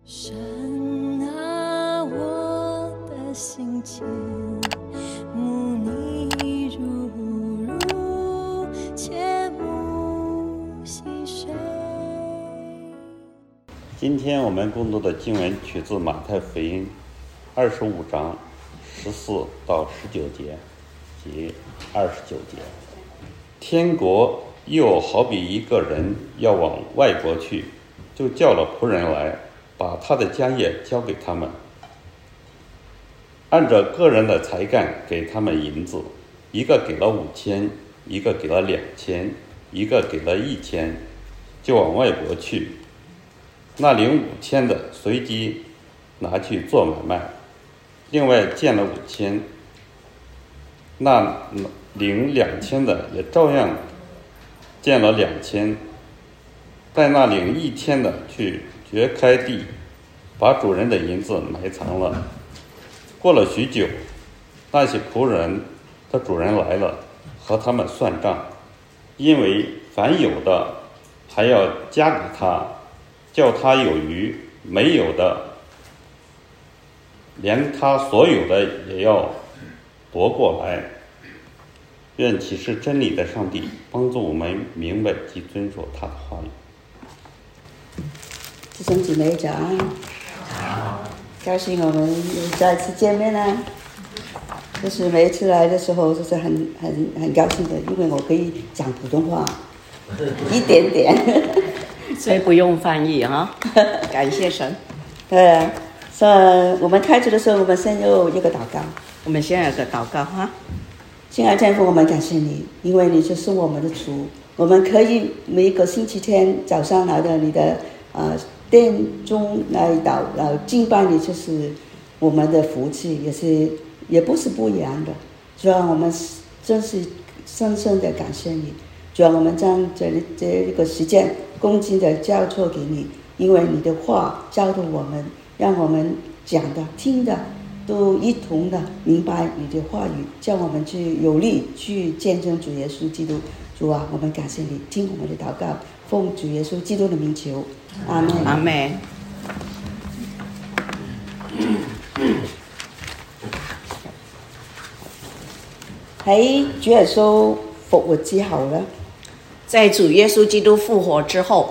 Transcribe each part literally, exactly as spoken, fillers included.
神啊，我的心间慕你如如，切慕细水。 今天我们共读的经文取自马太福音二十五章十四到十九节及二十九节。天国又好比一个人要往外国去，就叫了仆人来，把他的家业交给他们，按照个人的才干给他们银子，一个给了五千，一个给了两千，一个给了一千，就往外国去。那领五千的随即拿去做买卖，另外见了五千，那领两千的也照样见了两千，但那领一千的去掘开地，把主人的银子埋藏了。过了许久，那些仆人的主人来了，和他们算账，因为凡有的还要加给他，叫他有余；没有的，连他所有的也要夺过来。愿启示真理的上帝帮助我们明白及遵守他的话语。 弟兄姊妹早安，高兴我们再次见面啦！就是每一次来的时候，就是很很很高兴的，因为我可以讲普通话，一点点， 所以不用翻译哈。感谢神。 对啊，所以我们开始的时候，我们先有一个祷告。 我们先有个祷告哈。 亲爱的天父，我们感谢你，因为你就是我们的主，我们可以每一个星期天早上来到你的呃殿中来祷呃敬拜你，就是我们的福气，也是也不是不一样的。主要我们真是深深的感谢你，主要我们将这这个时间恭敬的交托给你，因为你的话教导我们，让我们讲的听的都一同的明白你的话语，叫我们去有力去见证主耶稣基督。主啊，我们感谢你，听我们的祷告，奉主耶稣基督的名求，阿們。 阿們。 喺主耶穌復活之後呢， 在主耶穌基督復活之後，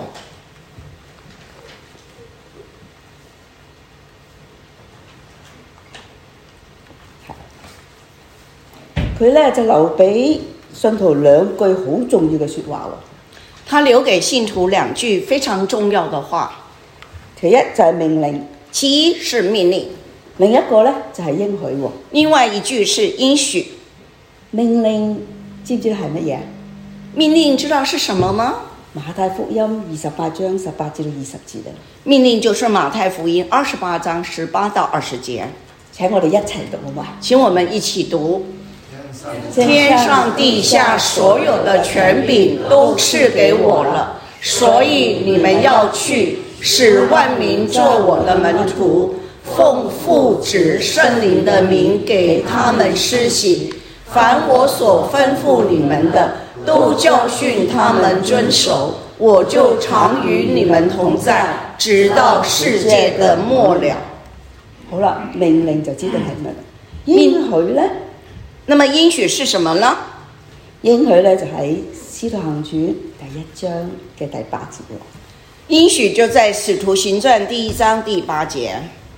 佢咧就留俾信徒兩句好重要嘅説話喎。 他留給信徒兩句非常重要的話。 其一就係命令， 其一是命令， 另一個咧就係應許喎。 另外一句是應許。 命令知唔知係乜嘢？ 命令知道是什麼嗎？ 馬太福音二十八章十八至到二十節啊。 命令就是馬太福音二十八章十八到二十節。 請我哋一齊讀好嗎？ 請我們一起讀。天上地下所有的權柄都賜給我了，所以你們要去，使萬民做我的門徒，奉父子聖靈的名給他們施洗，凡我所吩咐你們的，都教訓他們遵守，我就常與你們同在，直到世界的末了。 好啦，命令就知道係乜啦。應許呢？ 那麼應許是什麼呢？ 應許呢就喺《使徒行傳》第一章嘅第八節喎。 應許就在《使徒行傳》第一章第八節。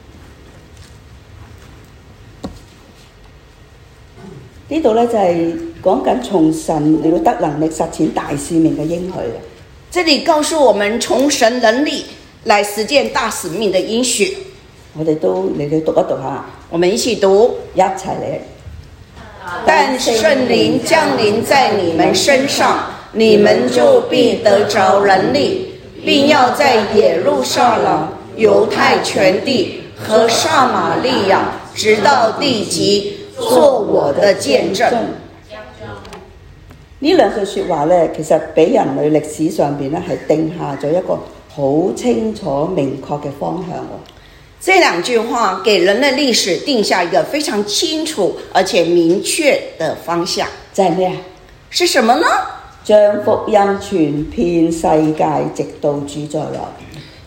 呢度呢就係講緊從神嚟到得能力實踐大使命嘅應許。 這裡告訴我們從神能力來實踐大使命的應許。 我哋都嚟到讀一讀下。 我們一起讀， 一齊嚟。 但聖靈降臨在你們身上，你們就必得着能力，並要在耶路撒冷、猶太全地和撒瑪利亞，直到地極，做我的見證。 呢兩句説話呢，其實俾人類歷史上邊呢係定下咗一個好清楚明確嘅方向喎。 這兩句話給人類歷史定下一個非常清楚而且明確的方向。 就係咩啊？ 是什麼呢？ 將福音傳遍世界，直到主再來。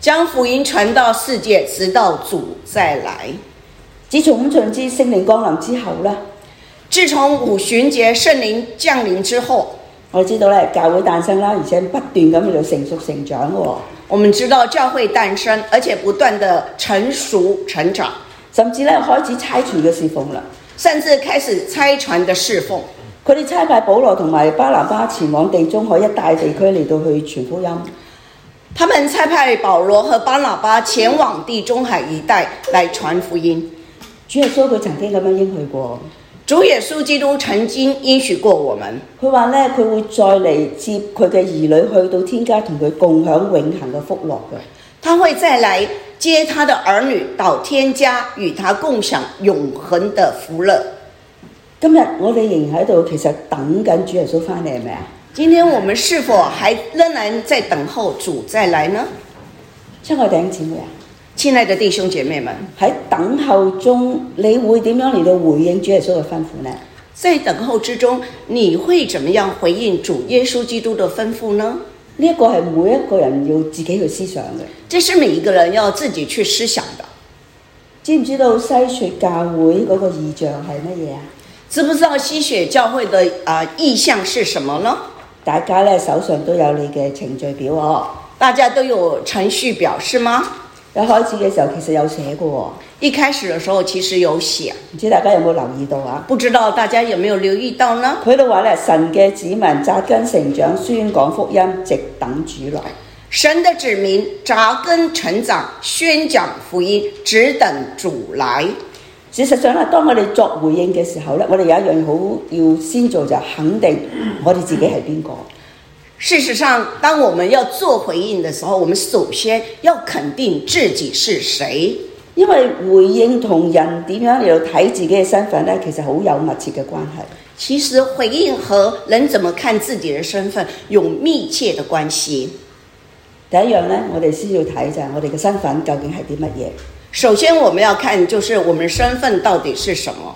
將福音傳到世界，直到主再來。 自從五旬節聖靈降臨之後咧， 自從五旬節聖靈降臨之後， 我哋知道咧教會誕生啦，而且不斷咁喺度成熟成長喎。 我們知道教會誕生，而且不斷的成熟成長， 甚至咧開始差傳嘅侍奉啦， 甚至開始差傳的侍奉。 佢哋差派保羅同埋巴拿巴前往地中海一帶地區嚟到去傳福音。 他們差派保羅和巴拿巴前往地中海一帶來傳福音。 主耶穌佢曾經咁樣應許過， 主耶穌基督曾經應許過我們， 佢話咧佢會再嚟接佢嘅兒女去到天家同佢共享永恆嘅福樂嘅。 他會再來接他的兒女到天家，與他共享永恆的福樂。 今日我哋仍然喺度，其實等緊主耶穌翻嚟，係咪啊？ 今天我們是否還仍然在等候主再來呢？ 親愛弟兄姊妹啊， 親愛的弟兄姐妹們， 喺等候中，你會點樣嚟到回應主耶穌嘅吩咐呢？ 在等候之中，你會怎麼樣回應主耶穌基督的吩咐呢？ 呢一個係每一個人要自己去思想嘅。 這是每一個人要自己去思想的。 知唔知道西雪教會嗰個異象係乜嘢啊？ 知不知道西雪教會的啊、呃、意向是什麼呢？ 大家咧手上都有你嘅程序表哦。 大家都有程序表是嗎？ 一開始嘅時候其實有寫過喎。 一開始嘅時候其實有寫， 唔知大家有冇留意到啊？ 不知道大家有沒有留意到呢？ 佢都話咧，神嘅子民扎根成長，宣講福音，直等主來。 神的子民扎根成長，宣講福音，只等主來。 事實上咧，當我哋作回應嘅時候咧，我哋有一樣好要先做，就肯定我哋自己係邊個。 事實上，當我們要做回應的時候，我們首先要肯定自己是誰。 因為回應同人點樣嚟到睇自己嘅身份咧，其實好有密切嘅關係。 其實回應和人怎麼看自己的身份有密切的關係。 第一樣咧，我哋先要睇就係我哋嘅身份究竟係啲乜嘢。 首先我們要看就是我們身份到底是什麼。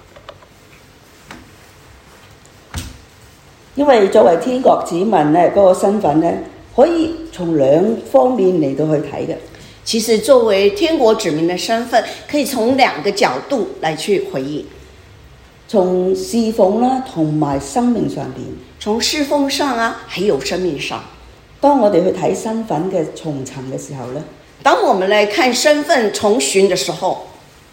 因為作為天國子民咧，嗰個身份咧，可以從兩方面嚟到去睇嘅。 其實作為天國子民的身份，可以從兩個角度來去回應。 從侍奉啦，同埋生命上邊。 從侍奉上啊，還有生命上。 當我哋去睇身份嘅重尋嘅時候咧， 當我們來看身份重尋的時候，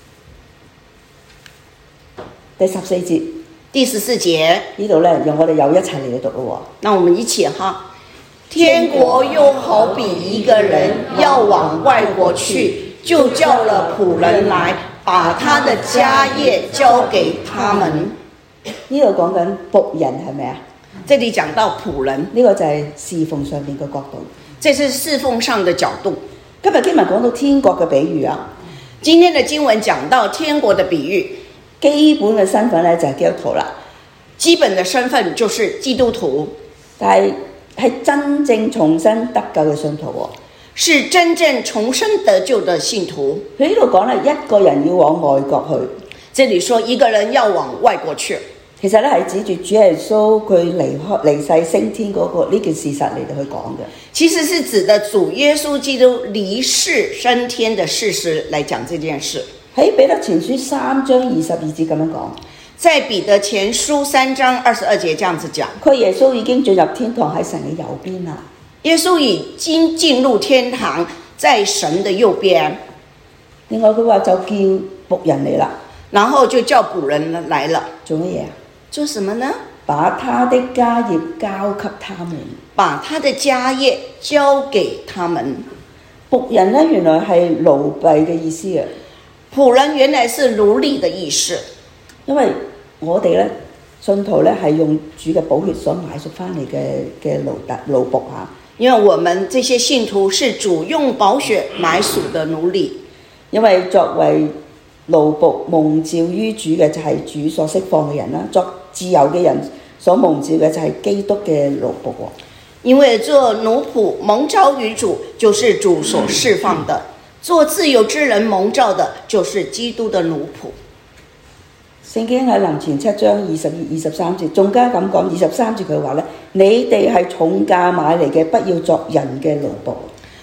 第十四節， 第十四節呢度咧，讓我哋又一齊嚟讀咯。 那我們一起哈，天國又好比一個人要往外國去，就叫了僕人來，把他的家業交給他們。 呢度講緊僕人係咪啊？ 這裡講到僕人， 呢個就係侍奉上面嘅角度。 這是侍奉上的角度。 今日經文講到天國嘅比喻啊， 今天的經文講到天國的比喻， 基本嘅身份咧就係基督徒啦。 基本的身份就是基督徒， 但係係真正重生得救嘅信徒喎， 是真正重生得救的信徒。 佢呢度講咧，一個人要往外國去。 這裡說一個人要往外國去， 其實咧係指住主耶穌佢離開離世升天嗰個呢件事實嚟到去講嘅。 其實是指的主耶穌基督離世升天的事實來講這件事。 喺彼得前書三章二十二節咁樣講， 在彼得前書三章二十二節這樣子講， 佢耶穌已經進入天堂喺神嘅右邊啦。 耶穌已經進入天堂，在神的右邊。 另外佢話就叫僕人嚟啦， 然後就叫僕人來了， 做乜嘢啊？ 做什麼呢？ 把他的家業交給他們， 把他的家業交給他們。 僕人咧原來係奴婢嘅意思啊。 僕人原來是奴隸的意思， 因為我哋咧信徒咧係用主嘅寶血所買贖翻嚟嘅嘅奴隸奴僕啊。 因為我們這些信徒是主用寶血買贖的奴隸。 因為作為奴僕蒙召於主嘅就係主所釋放嘅人啦，作自由嘅人所蒙召嘅就係基督嘅奴僕。 因為做奴僕蒙召於主，就是主所釋放的；做自由之人蒙召的，就是基督的奴僕。 聖經喺林前七章二十二、二十三節，仲加咁講，二十三節佢話咧：你哋係重價買嚟嘅，不要作人嘅奴僕。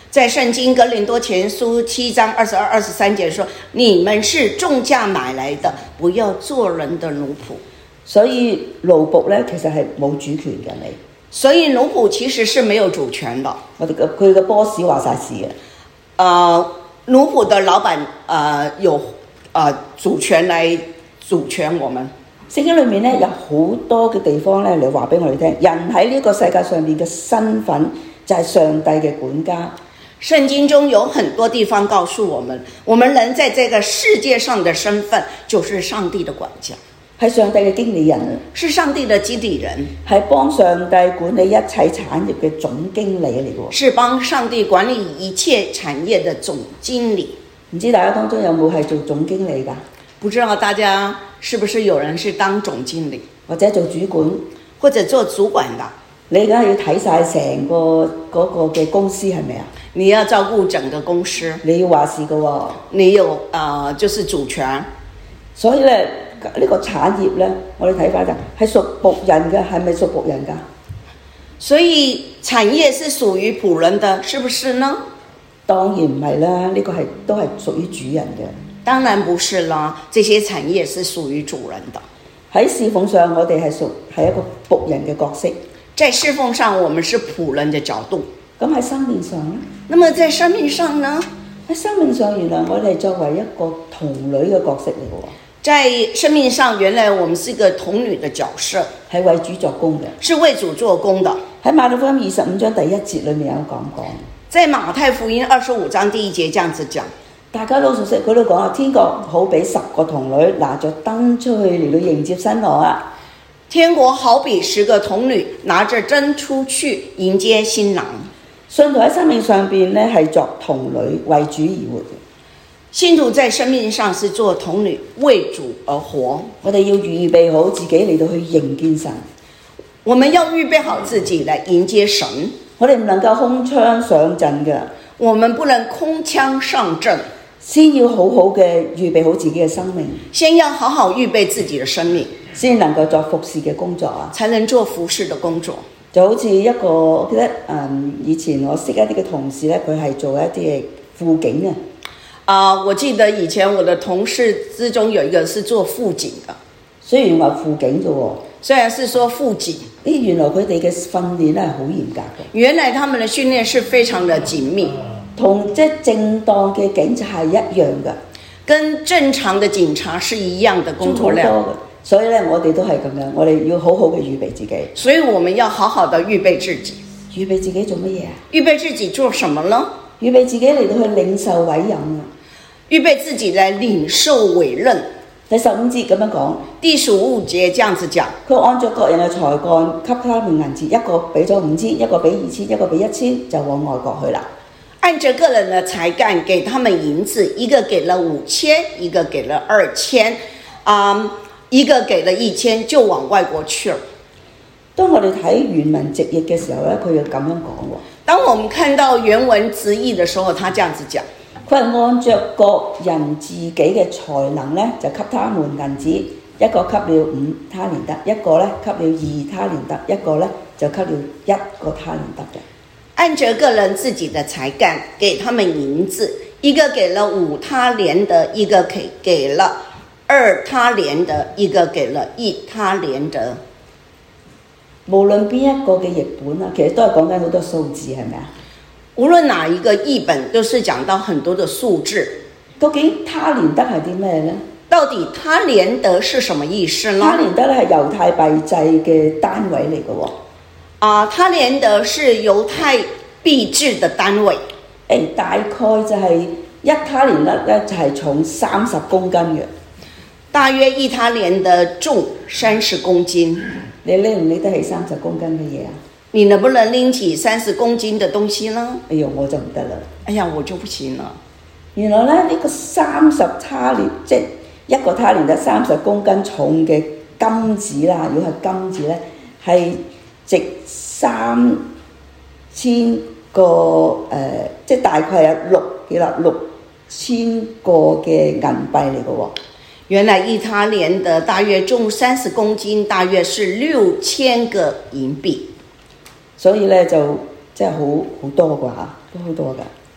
在聖經哥林多前書七章二十二、二十三節說：你們是重價買來的，不要做人的奴僕。 所以奴僕咧，其實係冇主權嘅你。 所以奴僕其實是沒有主權的。 我哋嘅佢嘅 boss 話晒事嘅。 呃，奴僕的老闆呃有呃主權來主權我們。 聖經裏面咧有好多嘅地方咧嚟話俾我哋聽，人喺呢個世界上面嘅身份就係上帝嘅管家。 聖經中有很多地方告訴我們，我們人在這個世界上的身份就是上帝的管家， 係上帝嘅經理人， 是上帝的經理人， 係幫上帝管理一切產業嘅總經理嚟嘅， 是幫上帝管理一切產業的總經理。 唔知大家當中有冇係做總經理㗎？ 不知道大家是不是有人是當總經理， 或者做主管， 或者做主管的？ 你梗係要睇晒成個嗰個嘅公司係咪啊？ 你要照顧整個公司， 你要話事嘅喎， 你有呃就是主權。 所以咧呢、這個產業咧，我哋睇法就係屬僕人嘅，係咪屬僕人㗎？ 所以產業是屬於僕人的，是不是呢？ 當然唔係啦，呢、這個係都係屬於主人嘅。 當然不是啦，這些產業是屬於主人的。 喺侍奉上，我哋係屬係一個僕人嘅角色。 在侍奉上，我們是僕人的角度。 咁喺生命上呢？ 那麼在生命上呢？ 喺生命上，原來我哋作為一個童女嘅角色嚟嘅喎。 在生命上，原來我們是一個童女的角色， 係為主作工嘅， 是為主做工的。 喺馬太福音二十五章第一節裏面有講講。 在馬太福音二十五章第一節這樣子講， 大家都熟悉，佢都講啊，天國好比十個童女拿着燈出去嚟到迎接新郎啊。 天國好比十個童女拿着燈出去迎接新郎。 信徒喺生命上邊咧係作童女為主而活嘅。 信徒在生命上是做童女為主而活。 我哋要預備好自己嚟到去迎見神。 我們要預備好自己來迎接神。 我哋唔能夠空槍上陣嘅。 我們不能空槍上陣。 先要好好嘅預備好自己嘅生命。 先要好好預備自己嘅生命， 先能夠做服侍嘅工作啊。 才能做服侍嘅工作。 就好似一個，我記得誒、嗯，以前我識一啲嘅同事咧，佢係做一啲嘅輔警嘅。 啊、呃，我記得以前我的同事之中有一個是做輔警嘅， 雖然話輔警啫喎， 雖然是說輔警， 咦，原來佢哋嘅訓練咧係好嚴格嘅。 原來他們嘅訓練是非常的緊密， 同即係正當嘅警察係一樣嘅， 跟正常嘅警察是一樣的工作量。 所以咧，我哋都係咁樣，我哋要好好嘅預備自己。 所以我們要好好的預備自己。 預備自己做乜嘢啊？ 預備自己做什麼呢？ 預備自己嚟到去領受委任啊！ 預備自己來領受委任。 第十五節咁樣講， 第十五節這樣子講， 佢按照各人嘅才幹給他們銀子，一個俾咗五千，一個俾二千，一個俾一千，就往外國去啦。 按着個人的才幹給他們銀子，一個給了五千，一個給了二千，啊，一個給了一千，就往外國去了。 當我哋睇原文直譯嘅時候咧，佢又咁樣講喎。當我們看到原文直譯的時候，他這樣子講， 佢係按着各人自己嘅才能咧，就給他們銀子，一個給了五他連得，一個咧給了二他連得，一個咧就給了一個他連得嘅。 按着個人自己的才幹，給他們銀子，一個給了五他連得，一個給給了二他連得，一個給了一他連得。 無論邊一個嘅譯本啊，其實都係講緊好多數字，係咪啊？ 無論哪一個譯本，都是講到很多的數字。 究竟他連得係啲咩呢？ 到底他連得是什麼意思呢？ 他連得咧係猶太幣制嘅單位嚟嘅喎。 啊，他連得是猶太幣制的單位。 誒，大概就係一他連得咧，就係重三十公斤嘅。 大約一他連得重三十公斤。 你拎唔拎得起三十公斤嘅嘢啊？ 你能不能拎起三十公斤的東西呢？ 哎呦，我就唔得啦！ 哎呀，我就不行了。 原來咧呢、這個三十他連，即係一個他連得三十公斤重嘅金子啦。如果係金子咧，係值三千個誒、呃，即係大概有六幾啦，六千個嘅銀幣嚟嘅喎。 原來一他連得大約重三十公斤，大約是六千個銀幣， 所以咧就即係好好多㗎嚇，都好多㗎。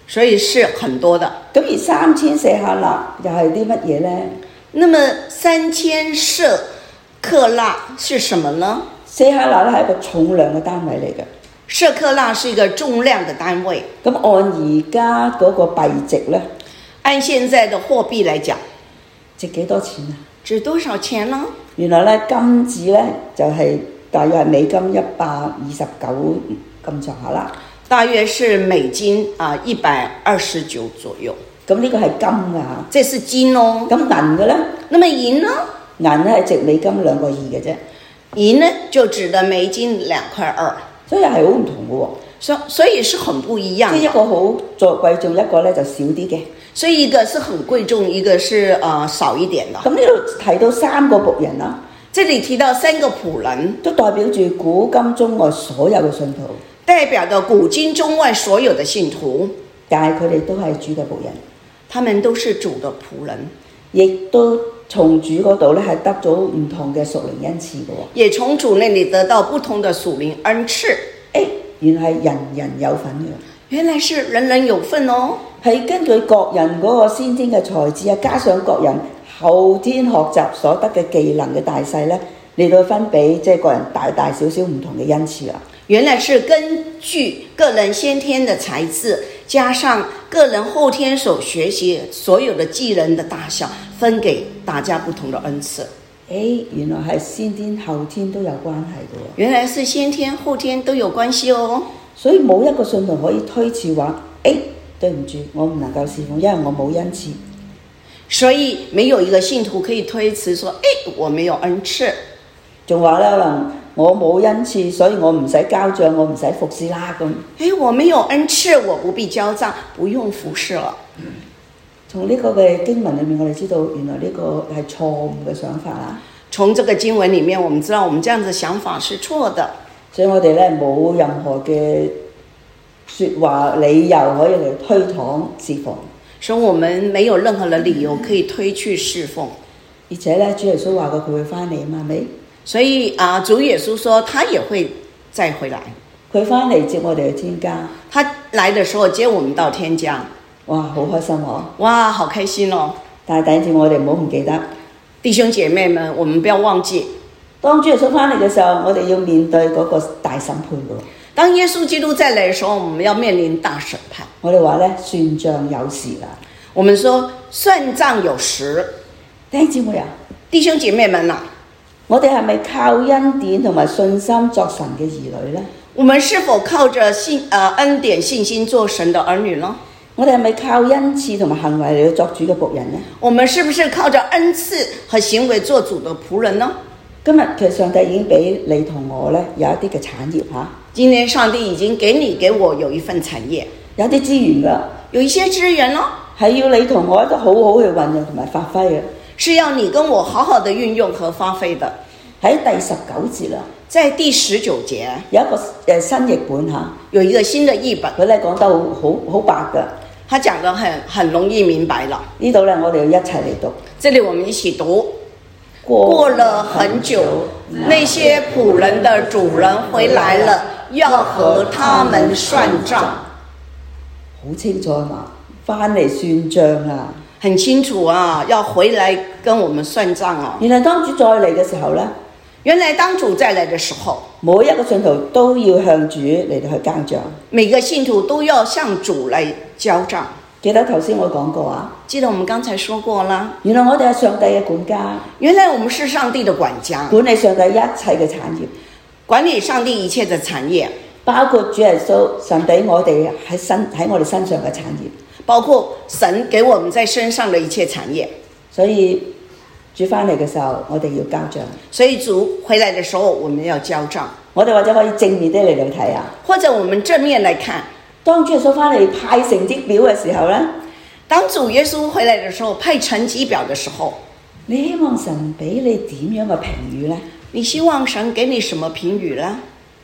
所以是很多的。 咁而三千舍客勒又係啲乜嘢呢？ 那麼三千舍客勒是什麼呢？ 舍客勒咧係一個重量嘅單位嚟嘅。 舍客勒是一個重量的單位。 咁按而家嗰個幣值呢， 按現在的貨幣來講， 值幾多錢啊？ 值多少錢呢？ 原來咧金子咧就係、是、大約係美金一百二十九咁上下啦。 大約是美金啊一百二十九左右。 咁呢個係金㗎嚇， 這是金哦。 咁銀嘅咧？ 那麼銀呢？ 銀咧係值美金兩個二嘅啫。 銀呢就值得美金兩塊二， 所以係好唔同嘅喎。 所所以是很不一樣。 即係一個好作貴重，一個咧就少啲嘅。 所以一個是很貴重，一個是呃少一點的。 咁呢度提到三個僕人啦， 這裡提到三個僕人， 都代表住古今中外所有嘅信徒， 代表的古今中外所有的信徒， 但係佢哋都係主嘅僕人， 他們都是主的僕人， 亦都從主嗰度咧係得咗唔同嘅屬靈恩賜嘅喎。 也從主那裡得到不同的屬靈恩賜。 誒，原來係人人有份嘅。 原來是人人有份哦， 係根據各人嗰個先天嘅才智啊，加上各人後天學習所得嘅技能嘅大細咧，嚟到分俾即係個人大大小小唔同嘅恩賜啦。 原來是根據個人先天的才智，加上個人後天所學習所有的技能的大小，分給大家不同的恩賜。 誒，原來係先天後天都有關係嘅喎。 原來是先天後天都有關係哦。 所以冇一個信徒可以推辭話，誒，對唔住，我唔能夠侍奉，因為我冇恩賜。 所以沒有一個信徒可以推辭說，誒，我沒有恩賜。 仲話咧，可能我冇恩賜，所以我唔使交帳，我唔使服侍啦咁。 誒，我沒有恩賜，我不必交帳，不用服侍了。 從呢個嘅經文裏面，我哋知道原來呢個係錯誤嘅想法啦。 從這個經文裡面，我們知道我們這樣子想法是錯的。 所以我哋咧冇任何嘅説話理由可以嚟推搪侍奉， 所以我們沒有任何的理由可以推去侍奉。 而且咧，主耶穌話過佢會翻嚟啊嘛，係咪？ 所以啊，主耶穌說他也會再回來， 佢翻嚟接我哋去天家。 他來的時候接我們到天家。 哇，好開心哦！ 哇，好開心哦！ 但係第一次我哋唔好唔記得， 弟兄姐妹們，我們不要忘記。 當主耶穌翻嚟嘅時候，我哋要面對嗰個大審判嘅。 當耶穌基督再來嘅時候，我們要面臨大審判。 我哋話咧，算賬有時啦。 我們說算賬有時。 弟兄姊妹啊， 弟兄姐妹們啊， 我哋係咪靠恩典同埋信心作神嘅兒女呢？ 我們是否靠着信呃恩典信心做神的兒女呢？ 我哋係咪靠恩賜同埋行為嚟作主嘅僕人呢？ 我們是不是靠着恩賜和行為做主的僕人呢？ 今日其實上帝已經俾你同我咧有一啲嘅產業嚇。 今天上帝已經給你給我有一份產業， 有啲資源㗎， 有一些資源咯， 係要你同我都好好去運用同埋發揮嘅。 是要你跟我好好的運用和發揮的。 喺第十九節啦， 在第十九節有一個誒新譯本嚇， 有一個新的譯本， 佢咧講得好好好白㗎。 他講得很很容易明白了。 呢度咧，我哋要一齊嚟讀。 這裡我們一起讀。過了很久，那些僕人的主人回來了，要和他們算賬。 好清楚嘛，翻嚟算賬啦。 很清楚啊，要回來跟我們算賬啊。 原來當主再嚟嘅時候咧， 原來當主再來的時候， 每一個信徒都要向主嚟到去交賬。 每個信徒都要向主來交賬。 記得頭先我講過啊， 記得我們剛才說過啦。 原來我哋係上帝嘅管家， 原來我們是上帝的管家， 管理上帝一切嘅產業， 管理上帝一切的產業， 包括主耶穌神俾我哋喺身喺我哋身上嘅產業， 包括神給我們在身上的一切產業。 所以主翻嚟嘅時候，我哋要交賬。 所以主回來的時候，我們要交賬。 我哋或者可以正面啲嚟到睇啊， 或者我們正面來看。 當主耶穌翻嚟派成績表嘅時候咧， 當主耶穌回來的時候派成績表的時候， 你希望神俾你點樣嘅評語呢？ 你希望神給你什麼評語呢？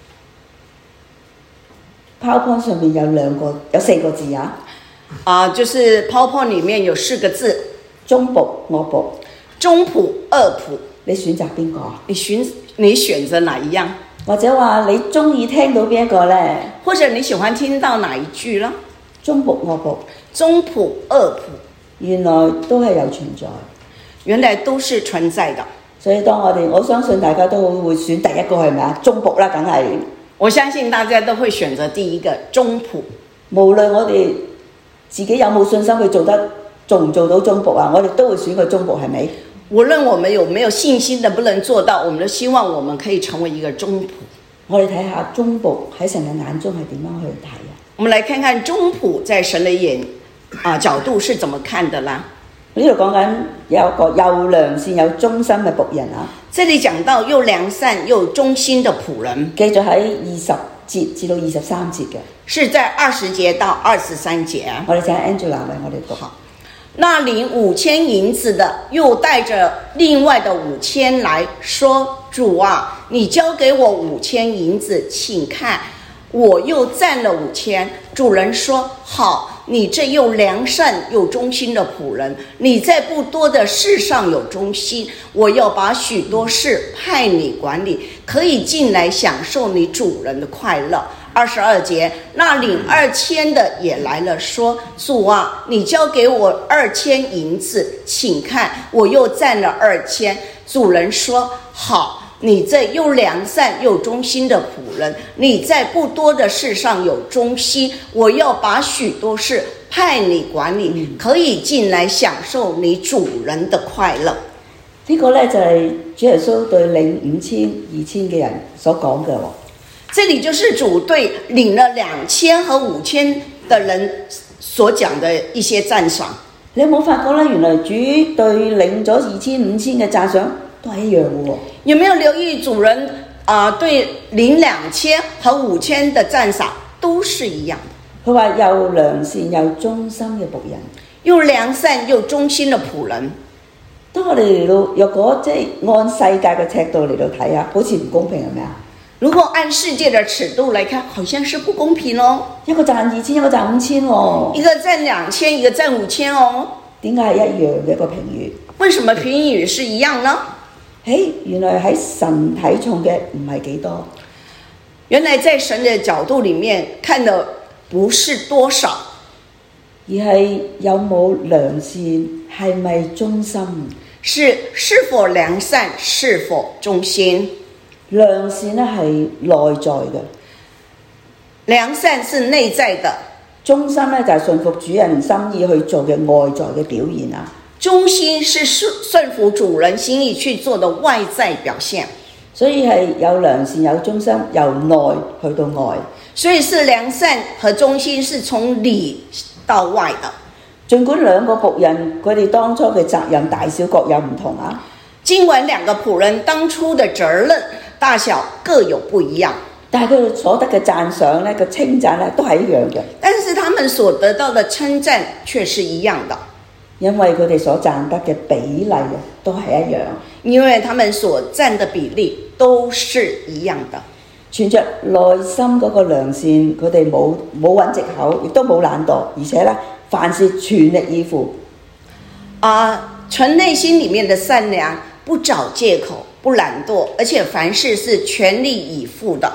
PowerPoint 上面有兩個有四個字啊， 啊、呃，就是 PowerPoint 裡面有四個字， 中僕、惡僕、 中僕、惡僕， 你選擇邊個？ 你選你選擇哪一樣？或者話你中意聽到邊一個呢？ 或者你喜歡聽到哪一句呢？ 中仆惡仆， 中仆惡僕， 原來都係有存在， 原來都是存在的。 所以當我哋，我相信大家都會選第一個係咪啊？中仆啦，梗係。 我相信大家都會選擇第一個中僕。 無論我哋自己有冇信心去做得做唔做到中僕啊，我哋都會選個中僕，係咪？ 無論我們有沒有信心的不能做到，我們都希望我們可以成為一個中僕。 我哋睇下中僕喺神嘅眼中係點樣去睇啊？ 我們來看看中僕在神的眼啊角度是怎麼看的啦。 呢度講緊有個又良善又忠心嘅僕人啊。 這裡講到又良善又忠心的僕人， 記咗喺二十節至到二十三節嘅， 是在二十節到二十三節。 我哋請 Angela 為我哋讀。 好，那領五千銀子的又帶着另外的五千來說：主啊，你交給我五千銀子，請看，我又賺了五千。主人說：好，你這又良善又忠心的僕人，你在不多的事上有忠心，我要把許多事派你管理，可以進來享受你主人的快樂。二十二節，那領二千的也來了，說：主啊，你交給我二千銀子，請看，我又賺了二千。主人說：好，你這又良善又忠心的僕人，你在不多的事上有忠心，我要把許多事派你管理，可以進來享受你主人的快樂。 呢個呢，就係主耶穌對領五千、二千嘅人所講嘅喎。 這裡就是主對領了兩千和五千的人所講的一些讚賞。 你有冇發覺呢？原來主對領咗二千、五千嘅讚賞都係一樣嘅喎。 有沒有留意主人啊、呃？對領兩千和五千的讚賞都是一樣的。 佢話又良善又忠心嘅僕人， 又良善又忠心的僕人。 當我哋嚟到，若果即係按世界嘅尺度嚟到睇下，好似唔公平係咪啊？ 如果按世界的尺度來看，好像是不公平哦。 一個賺二千，一個賺五千喎。 一個賺兩千，一個賺五千哦。 點解係一樣嘅一個評語？ 為什麼評語是一樣呢？ 誒，原來喺神睇重嘅唔係幾多。 原來在神的角度裡面看的不是多少， 而係有冇良善，係咪忠心？ 是是否良善，是否忠心？ 良善咧係內在嘅， 良善是內在的， 忠心咧就係順服主人心意去做嘅外在嘅表現啊。 忠心是順服主人心意去做的外在表現， 所以係有良善有忠心，由內去到外。 所以是良善和忠心是從裡到外的。 儘管兩個僕人佢哋當初嘅責任大小各有唔同啊， 儘管兩個僕人當初的責任大小各有不一樣， 但係佢哋所得嘅讚賞咧、個稱讚咧都係一樣嘅。 但是他們所得到的稱讚卻是一樣的， 因為佢哋所賺得嘅比例啊都係一樣。 因為他們所佔的比例都是一樣的。 存着內心嗰個良善，佢哋冇冇揾藉口，亦都冇懶惰，而且咧凡事全力以赴。 啊，純內心裡面的善良，不找藉口，不懶惰，而且凡事是全力以赴的。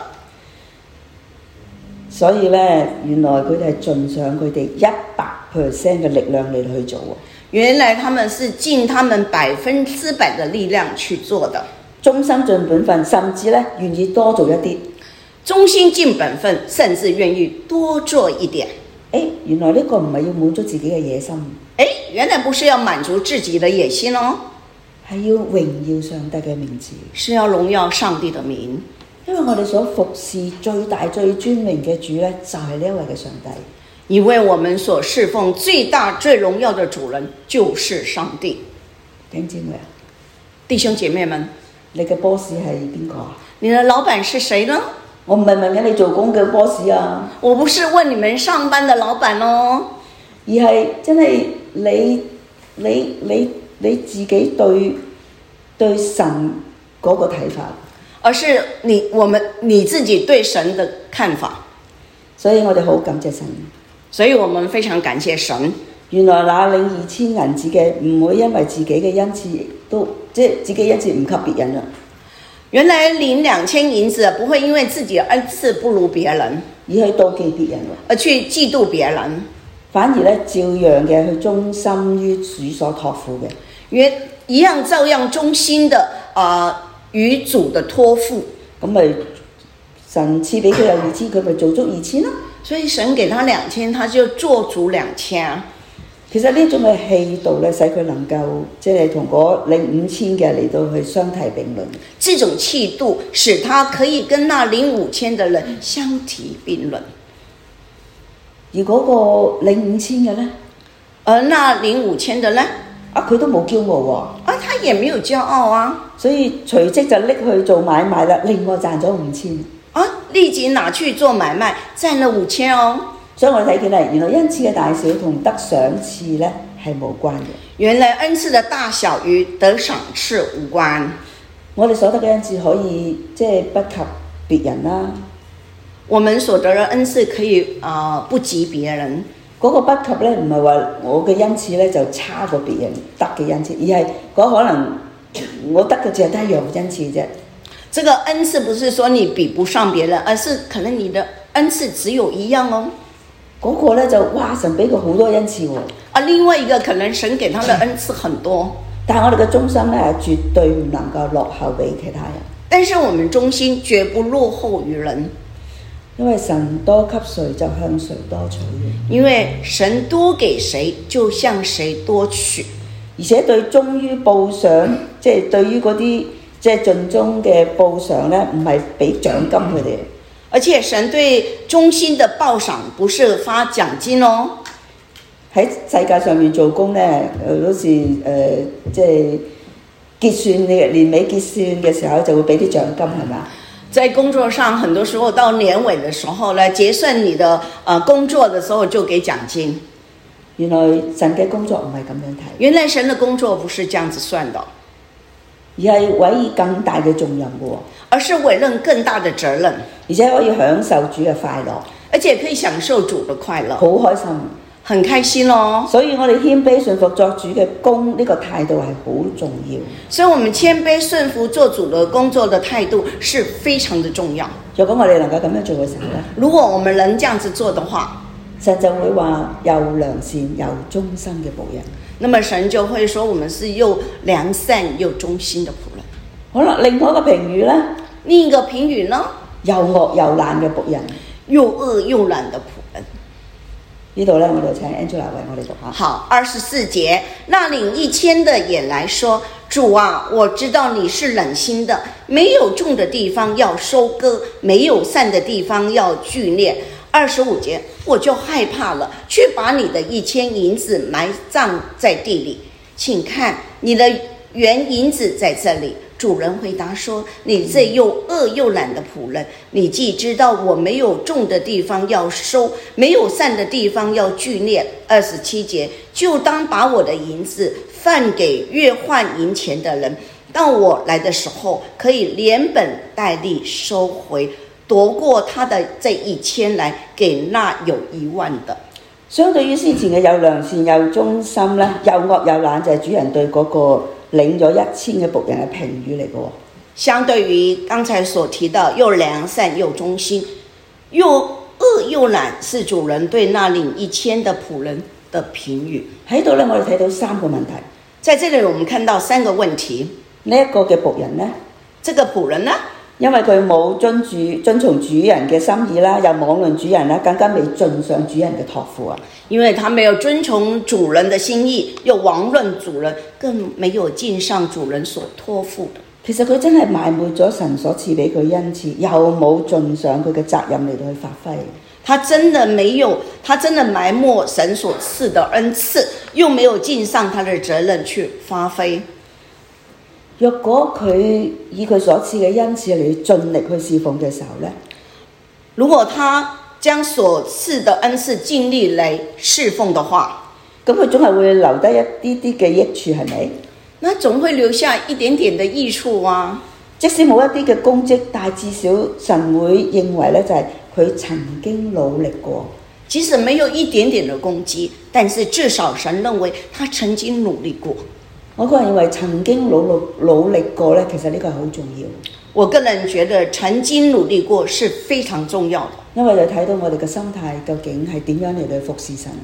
所以咧，原來佢哋係盡上佢哋一百 percent 嘅力量嚟去做。 原來他們是盡他們百分之百的力量去做的。 忠心盡本分，甚至咧願意多做一啲。 忠心盡本分，甚至願意多做一點。 誒，原來呢個唔係要滿足自己嘅野心。 誒，原來不是要滿足自己的野心哦， 係要榮耀上帝嘅名字， 是要榮耀上帝的名。 因為我哋所服侍最大最尊榮嘅主咧，就係呢一位嘅上帝。 因為我們所侍奉最大最榮耀的主人就是上帝。 弟兄姊妹啊， 弟兄姐妹們， 你嘅 boss 係邊個啊？ 你的老闆是誰呢？ 我唔係問緊你做工嘅 boss 啊， 我不是問你們上班的老闆哦， 而係真係你你你你自己對對神嗰個睇法， 而是你我們你自己對神的看法。 所以我哋好感謝神， 所以我們非常感謝神。 原來那領二千銀子嘅唔會因為自己嘅恩賜都即係自己恩賜唔及別人啦。 原來領兩千銀子不會因為自己的恩賜不如別人， 而去妒忌別人， 而去嫉妒別人。 反而咧照樣嘅去忠心於主所託付嘅。 原一樣照樣忠心的啊、呃，與主的託付。 咁咪神賜俾佢有二千，佢咪做足二千咯。 所以神給他兩千，他就做足兩千。 其實呢種嘅氣度咧，使佢能夠即係同嗰領五千嘅嚟到去相提並論。 這種氣度使他可以跟那領五千的人相提並論。 而嗰個領五千嘅咧， 而那領五千的咧， 啊佢都冇驕傲喎， 啊他也沒有驕傲啊， 所以隨即就拎去做買賣啦，另外賺咗五千。 啊立即拿去做買賣，賺了五千哦。 所以我睇見咧，原來恩賜嘅大小同得賞賜咧係無關嘅。 原來恩賜的大小與得賞賜無關。 我哋所得嘅恩賜可以即係不及別人啦。 我們所得的恩賜可以啊、呃、不及別人。 嗰個不及咧，唔係話我嘅恩賜咧就差過別人得嘅恩賜，而係嗰可能我得嘅只係得一樣恩賜啫。 這個恩賜不是說你比不上別人，而是可能你的恩賜只有一樣哦。 嗰個咧就哇神俾佢好多恩賜喎。 啊，另外一個可能神給他的恩賜很多， 但係我哋嘅忠心咧係絕對唔能夠落後俾其他人。 但是我們忠心絕不落後於人。 因為神多給誰就向誰多取， 因為神多給誰就向誰多取， 而且對忠於報賞，即係對於嗰啲即係盡忠嘅報賞咧，唔係俾獎金佢哋。 而且神對忠心的報賞不是發獎金哦。 喺世界上面做工咧，好似誒即係結算嘅年尾結算嘅時候就會俾啲獎金係嘛？ 在工作上，很多時候到年尾的時候呢，結算你的呃工作的時候就給獎金。 原來神嘅工作唔係咁樣睇。 原來神的工作不是這樣子算的， 而係委以更大嘅重任嘅喎， 而是委任更大的責任， 而且可以享受主嘅快樂， 而且可以享受主的快樂， 好開心。 很開心哦。 所以我哋謙卑順服作主嘅工呢個態度係好重要。 所以我們謙卑順服做主的工作的態度是非常的重要。 如果我哋能夠咁樣做嘅時候咧， 如果我們能這樣子做的話， 神就會話又良善又忠心嘅僕人。 那麼神就會說我們是又良善又忠心的僕人。 好啦，另外一個評語咧， 另一個評語呢， 又惡又懶嘅僕人， 又惡又懶的僕人。 呢度咧，我就請 Angela 為我哋讀下。 好，二十四節，那領一千的也來說，主啊，我知道你是冷心的，沒有種的地方要收割，沒有散的地方要聚斂。二十五節，我就害怕了，去把你的一千銀子埋葬在地裡，請看你的原銀子在這裡。主人回答說，你這又惡又懶的僕人，你既知道我沒有種的地方要收，沒有散的地方要聚斂。二十七節，就當把我的銀子放給越換銀錢的人，到我來的時候可以連本帶利收回，奪過他的這一千來給那有一萬的。 相對於先前嘅有良善又忠心咧，又惡又懶就係主人對嗰個領咗一千嘅僕人嘅評語嚟嘅喎。 相對於剛才所提到又良善又忠心，又惡又懶，是主人對那領一千的僕人的評語。 喺度咧，我哋睇到三個問題。 在這裡，我們看到三個問題。 呢一個嘅僕人咧， 這個僕人呢， 因為佢冇遵主遵從主人嘅心意啦，又妄論主人啦，更加未盡上主人嘅託付啊！ 因為他沒有遵從主人的心意，又妄論主人，更沒有盡上主人所託付的。 其實佢真係埋沒咗神所賜俾佢恩賜，又冇盡上佢嘅責任嚟到去發揮。 他真的沒有，他真的埋沒神所賜的恩賜，又沒有盡上他的責任去發揮。 若果佢以佢所賜嘅恩賜嚟盡力去侍奉嘅時候呢， 如果他將所賜的恩賜盡力嚟侍奉的話， 咁佢總係會留低一啲啲嘅益處，係咪？ 那總會留下一點點的益處啊！ 即使冇一啲嘅功績，但係至少神會認為咧，就係佢曾經努力過。 即使沒有一點點的功績，但是至少神認為他曾經努力過。 我個人認為曾經努力努力過咧，其實呢個係好重要。 我個人覺得曾經努力過是非常重要的， 因為就睇到我哋嘅心態究竟係點樣嚟去服侍神。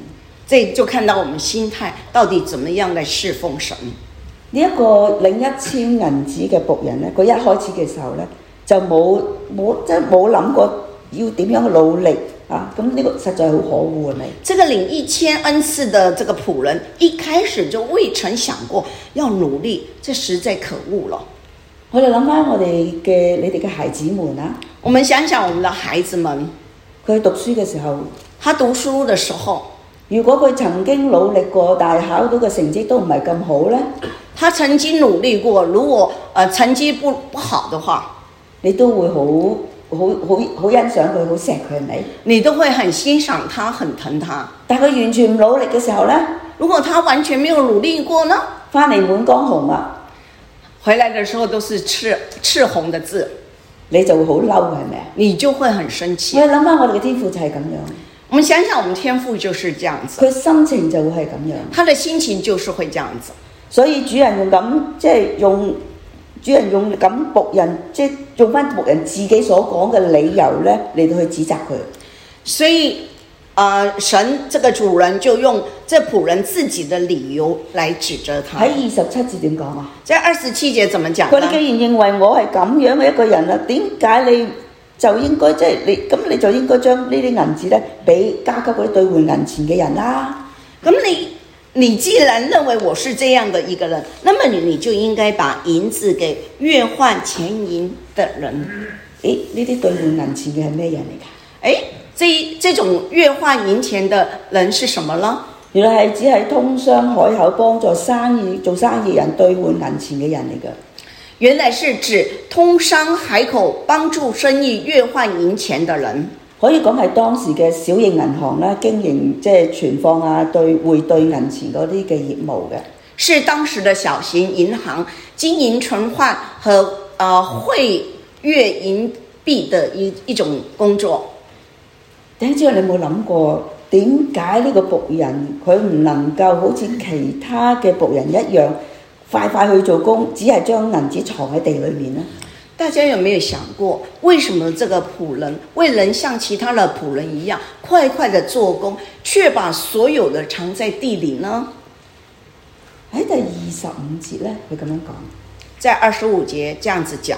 这就看到我們心態到底怎麼樣嚟侍奉神。 呢一個領一千銀子嘅僕人咧，佢一開始嘅時候咧就冇冇即係冇諗過要點樣去努力啊！咁呢個實在係好可惡係咪？ 這個領一千恩賜的這個僕人，一開始就未曾想過要努力，這實在可惡了。 我哋諗翻我哋嘅你哋嘅孩子們啊， 我們想想我們的孩子們， 佢讀書嘅時候， 他讀書的時候， 如果佢曾經努力過，但係考到嘅成績都唔係咁好咧， 他曾經努力過，如果呃成績不不好的話， 你都會好好好好欣賞佢，好錫佢係咪？ 你都會很欣賞他，很疼他。 但係佢完全唔努力嘅時候咧， 如果他完全沒有努力過呢？ 翻嚟滿江紅啊！ 回來的時候都是赤赤紅的字， 你就會好嬲係咪啊？ 你就會很生氣。 我諗翻我哋嘅天父就係咁樣。 我們想想，我們天父就是這樣子， 佢心情就會係咁樣， 他的心情就是會這樣子。 所以主人用咁即係用主人用咁僕人，即係用翻僕人自己所講嘅理由咧嚟到去指責佢。 所以，呃，神這個主人就用這僕人自己的理由來指責他。 喺二十七節點講啊？ 在二十七節怎麼講？ 佢哋既然認為我係咁樣嘅一個人啦，點解你就應該即係你咁你就應該將呢啲銀紙咧俾加給嗰啲兌換銀錢嘅人啦。 咁你你既然認為我是這樣的一個人，那麼你你就應該把銀子給越換錢銀的人。 誒，呢啲兌換銀錢嘅係咩人嚟㗎？ 誒，這這種越換銀錢的人是什麼呢？ 原來係只係通商海口幫助生意做生意人兌換銀錢嘅人嚟㗎。 原來是指通商海口幫助生意越換銀錢的人， 可以講係當時嘅小型銀行啦，經營即係存放啊、對匯兌銀錢嗰啲嘅業務嘅。 是當時的小型銀行經營存換和呃匯越銀幣的一一種工作。 弟兄姊妹，你有冇諗過點解呢個僕人佢唔能夠好似其他嘅僕人一樣？快快去做工，只係將銀紙藏喺地裏面呢？ 大家有沒有想過，為什麼這個僕人未能像其他的僕人一樣快快的做工，卻把所有的藏在地裏呢？ 喺第二十五節呢，佢咁樣講， 在二十五節這樣子講，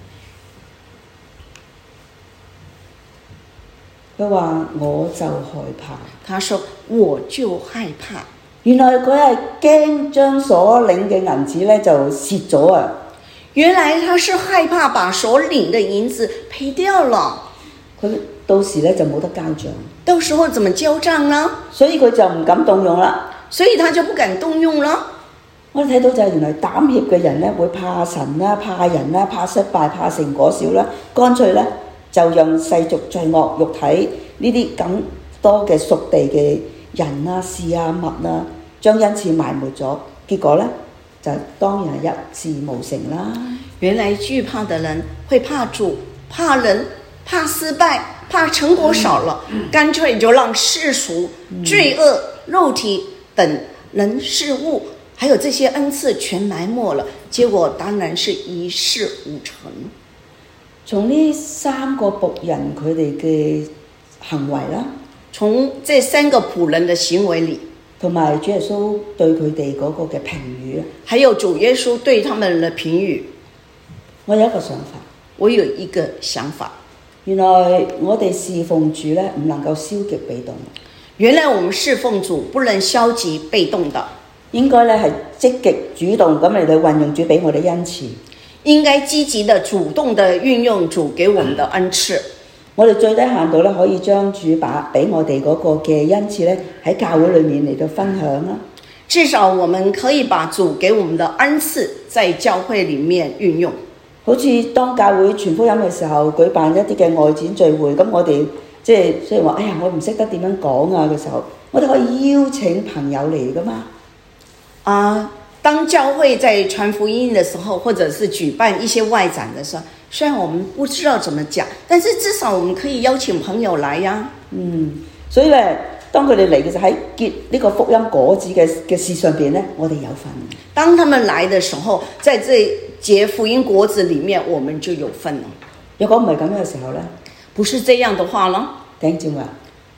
佢話我就害怕。 他說我就害怕。 原來佢係驚將所領嘅銀紙咧就蝕咗啊！ 原來他是害怕把所領的銀子賠掉了， 佢到時咧就冇得交賬， 到時候怎麼交賬呢？ 所以佢就唔敢動用啦。 所以他就不敢動用了。 我哋睇到就係原來膽怯嘅人咧會怕神啦、怕人啦、怕失敗、怕成果少啦，乾脆咧就讓世俗罪惡肉體呢啲更多嘅屬地嘅人啊、事啊、物啊，將恩賜埋沒咗，結果呢，就當然係一事無成啦。 原來懼怕的人會怕主、怕人、怕失敗、怕成果少了，嗯、乾脆就讓世俗、嗯、罪惡、肉體等人事物，還有這些恩賜全埋沒了，結果當然是一事無成。 從呢三個僕人佢哋嘅行為啦， 從這三個僕人的行為裏， 同埋主耶穌對佢哋嗰個嘅評語， 還有主耶穌對他們的評語， 我有一個想法， 我有一個想法， 原來我哋侍奉主咧唔能夠消極被動。 原來我們侍奉主不能消極被動的， 應該咧係積極主動咁嚟到運用主俾我哋恩賜， 應該積極的主動的運用主給我們的恩賜。 我哋最低限度咧，可以將主把俾我哋嗰個嘅恩賜咧，喺教會裏面嚟到分享啦。 至少我們可以把主給我們的恩賜，在教會裡面運用。 好似當教會傳福音嘅時候，舉辦一啲嘅外展聚會，咁我哋即係雖然話，哎呀，我唔識得點樣講啊嘅時候，我哋可以邀請朋友嚟噶嘛。 啊，當教會在傳福音的時候，或者是舉辦一些外展的時候，雖然我們不知道怎麼講，但是至少我們可以邀請朋友來呀。嗯， 所以咧，當佢哋嚟嘅時候，喺結呢個福音果子嘅嘅事上邊咧，我哋有份。 當他們來的時候，在這結福音果子裡面，我們就有份了。 如果唔係咁嘅時候咧， 不是這樣的話呢？ 頂住話，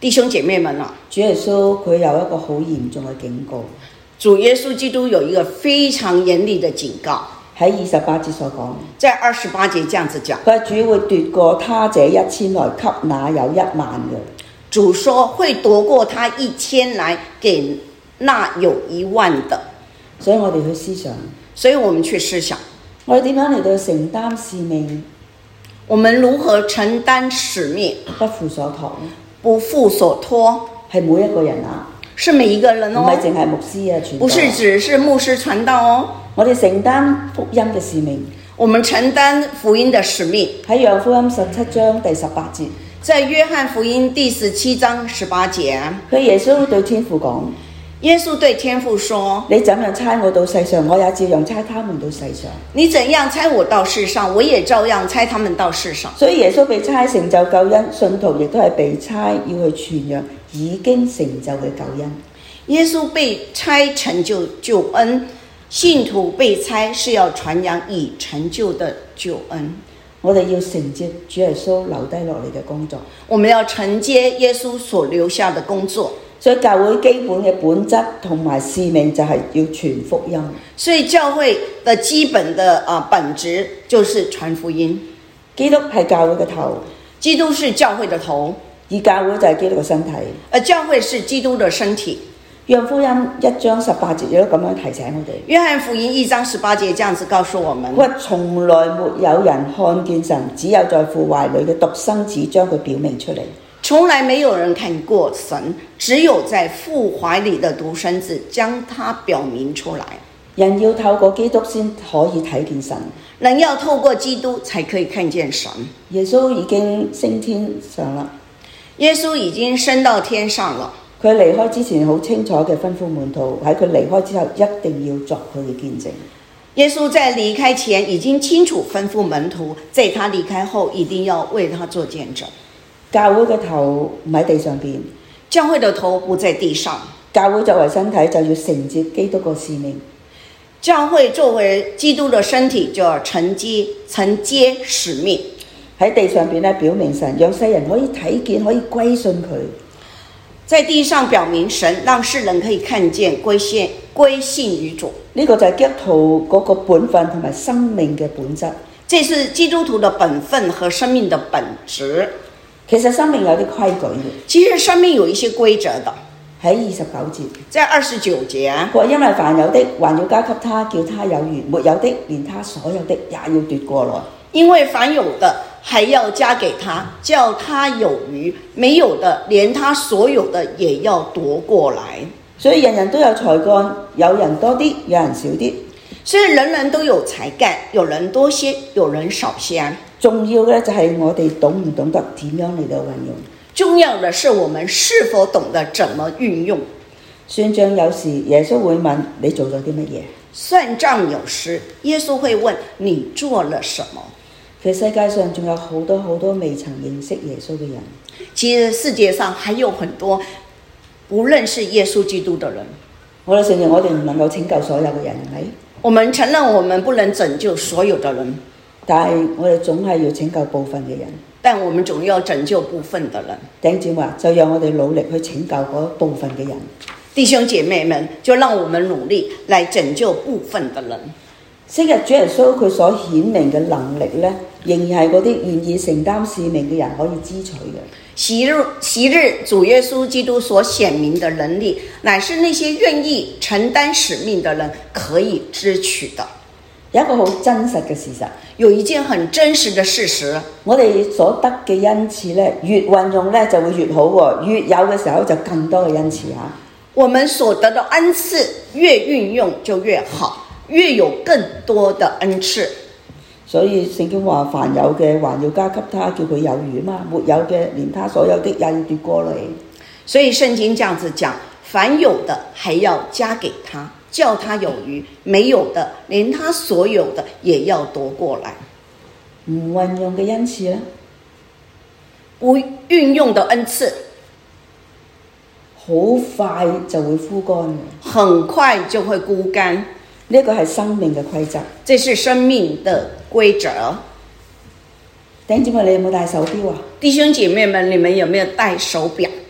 弟兄姐妹们啊， 主耶穌佢有一個好嚴重嘅警告， 主耶穌基督有一個非常嚴厲的警告。 喺二十八節所講， 在二十八節這樣子講， 佢話主會奪過他這一千來給那有一萬嘅。 主說會奪過他一千來給那有一萬的。 所以我哋去思想， 所以我們去思想， 我哋點樣嚟到承擔使命？ 我們如何承擔使命？ 不負所託， 不負所託， 係每一個人啊， 是每一個人哦， 唔係淨係牧師啊，傳道， 不是只是牧師傳道哦。 我哋承擔福音嘅使命， 我們承擔福音的使命。 喺約翰福音十七章第十八節， 在約翰福音第十七章十八節， 佢耶穌對天父講。 耶穌對天父說： 你怎樣差我到世上，我也照樣差他們到世上。 你怎樣差我到世上，我也照樣差他們到世上。 所以耶穌被差成就救恩，信徒亦都係被差要去傳揚已經成就嘅救恩。 耶穌被差成就救恩，信徒被差是要傳揚已成就的救恩。 我哋要承接主耶穌留低落嚟嘅工作， 我們要承接耶穌所留下的工作。 所以教會基本嘅本質同埋使命就係要傳福音。 所以教會的基本的啊本質就是傳福音。 基督係教會嘅頭， 基督是教會的頭， 而教會就係基督嘅身體。 而教會是基督的身體。 約翰福音一章十八節亦都咁樣提醒我哋。 約翰福音一章十八節這樣子告訴我們： 佢話從來沒有人看見神，只有在父懷裏嘅獨生子將佢表明出嚟。 從來沒有人看過神，只有在父懷裏的獨生子將他表明出來。 人要透過基督先可以睇見神， 人要透過基督才可以看見神。 耶穌已經升天上啦， 耶穌已經升到天上了。 佢離開之前好清楚嘅吩咐門徒，喺佢離開之後一定要作佢嘅見證。 耶穌在離開前已經清楚吩咐門徒，在他離開後一定要為他做見證。 教會嘅頭唔喺地上邊， 教會的頭不在地上。 教會作為身體就要承接基督個使命。 教會作為基督的身體就要承接承接使命。 喺地上邊咧，表明神，讓世人可以睇見，可以歸信佢。 在地上表明神，讓世人可以看見歸信歸信於主。 呢個就係基督徒嗰個本分同埋生命嘅本質。 這是基督徒的本分和生命的本質。 其實生命有啲規矩嘅， 其實生命有一些規則的。 喺二十九節， 在二十九節， 佢話因為凡有的還要加給他，叫他有餘；沒有的，連他所有的也要奪過來。 因為凡有的還要加給他，叫他有餘；沒有的，連他所有的也要奪過來。 所以人人都有才幹，有人多啲，有人少啲。 所以人人都有才幹，有人多些，有人少些。 重要嘅就係我哋懂唔懂得點樣嚟到運用。 重要的是我們是否懂得怎麼運用。 算賬有時耶穌會問你做咗啲乜嘢？ 算賬有時耶穌會問你做了什麼。 其實世界上仲有好多好多未曾認識耶穌嘅人。 其實世界上還有很多不認識耶穌基督的人。 我哋承認我哋唔能夠拯救所有嘅人，係咪？ 我們承認我們不能拯救所有的人， 但係我哋總係要拯救部分嘅人。 但我們總要拯救部分的人。 弟兄姊妹，就讓我哋努力去拯救嗰部分嘅人。 弟兄姐妹們，就讓我們努力來拯救部分的人。 昔日主耶穌佢所顯明嘅能力呢，仍然係嗰啲願意承擔使命嘅人可以支取嘅。 昔日昔日主耶穌基督所顯明的能力，乃是那些願意承擔使命的人可以支取的。 有一個好真實嘅事實， 有一件很真實的事實， 我哋所得嘅恩賜呢，越運用呢就會越好喎，越有嘅時候就更多嘅恩賜嚇。 我們所得的恩賜越運用就越好，越有更多的恩賜。 所以聖經話：凡有嘅還要加給他，叫佢有餘嘛；沒有嘅連他所有的也要奪過來。所以聖經這樣子講， 凡有的還要加給他，叫他有餘；沒有的連他所有的也要奪過來。 唔運用嘅恩賜呢？ 不運用的恩賜， 好快就會枯乾， 很快就會枯乾。 呢個係生命嘅規則， 這是生命的規則。 弟兄姊妹，你有冇戴手錶啊？ 弟兄姐妹們，你們有沒有戴手錶？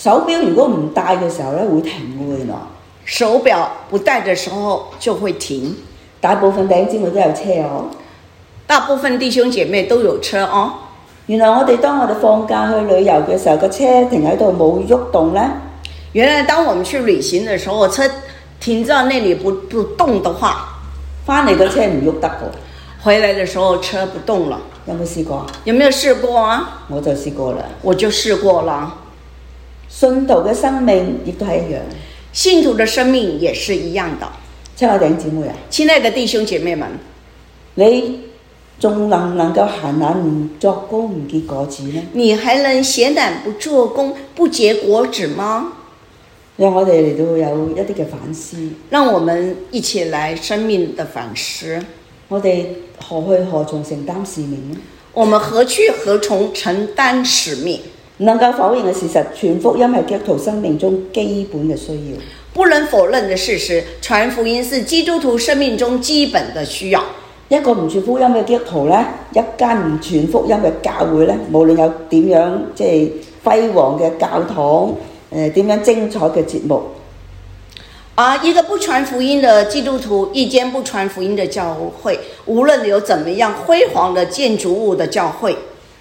手錶如果唔戴嘅時候咧，會停嘅原來。 手表不戴的時候就會停。 大部分弟兄姊妹都有車哦。 大部分弟兄姐妹都有車哦。 原來我哋當我哋放假去旅遊嘅時候，個車停喺度冇喐動咧。 原來當我們去旅行的時候，車停在那裡不不動的話， 翻嚟個車唔喐得嘅。 回來的時候車不動了。 有冇試過？ 有沒有試過啊？ 我就試過啦。 我就試過了。 信徒嘅生命亦都係一樣。 信徒的生命也是一樣的。 親愛的弟兄姊妹啊， 親愛的弟兄姐妹們， 你仲能唔能夠閒懶唔作工唔結果子呢？ 你還能閒懶不做工不結果子嗎？ 讓我哋嚟到有一啲嘅反思。 讓我們一起來生命的反思。 我哋何去何從承擔使命呢？ 我們何去何從承擔使命？ 唔能夠否認嘅事實，傳福音係基督徒生命中基本嘅需要。 不能否認的事實，傳福音是基督徒生命中基本的需要。 一個唔傳福音嘅基督徒呢，一間唔傳福音嘅教會呢，無論有點樣即係輝煌嘅教堂，誒、呃、點樣精彩嘅節目， 啊，一個不傳福音的基督徒，一間不傳福音的教會，無論有怎麼樣輝煌的建築物的教會，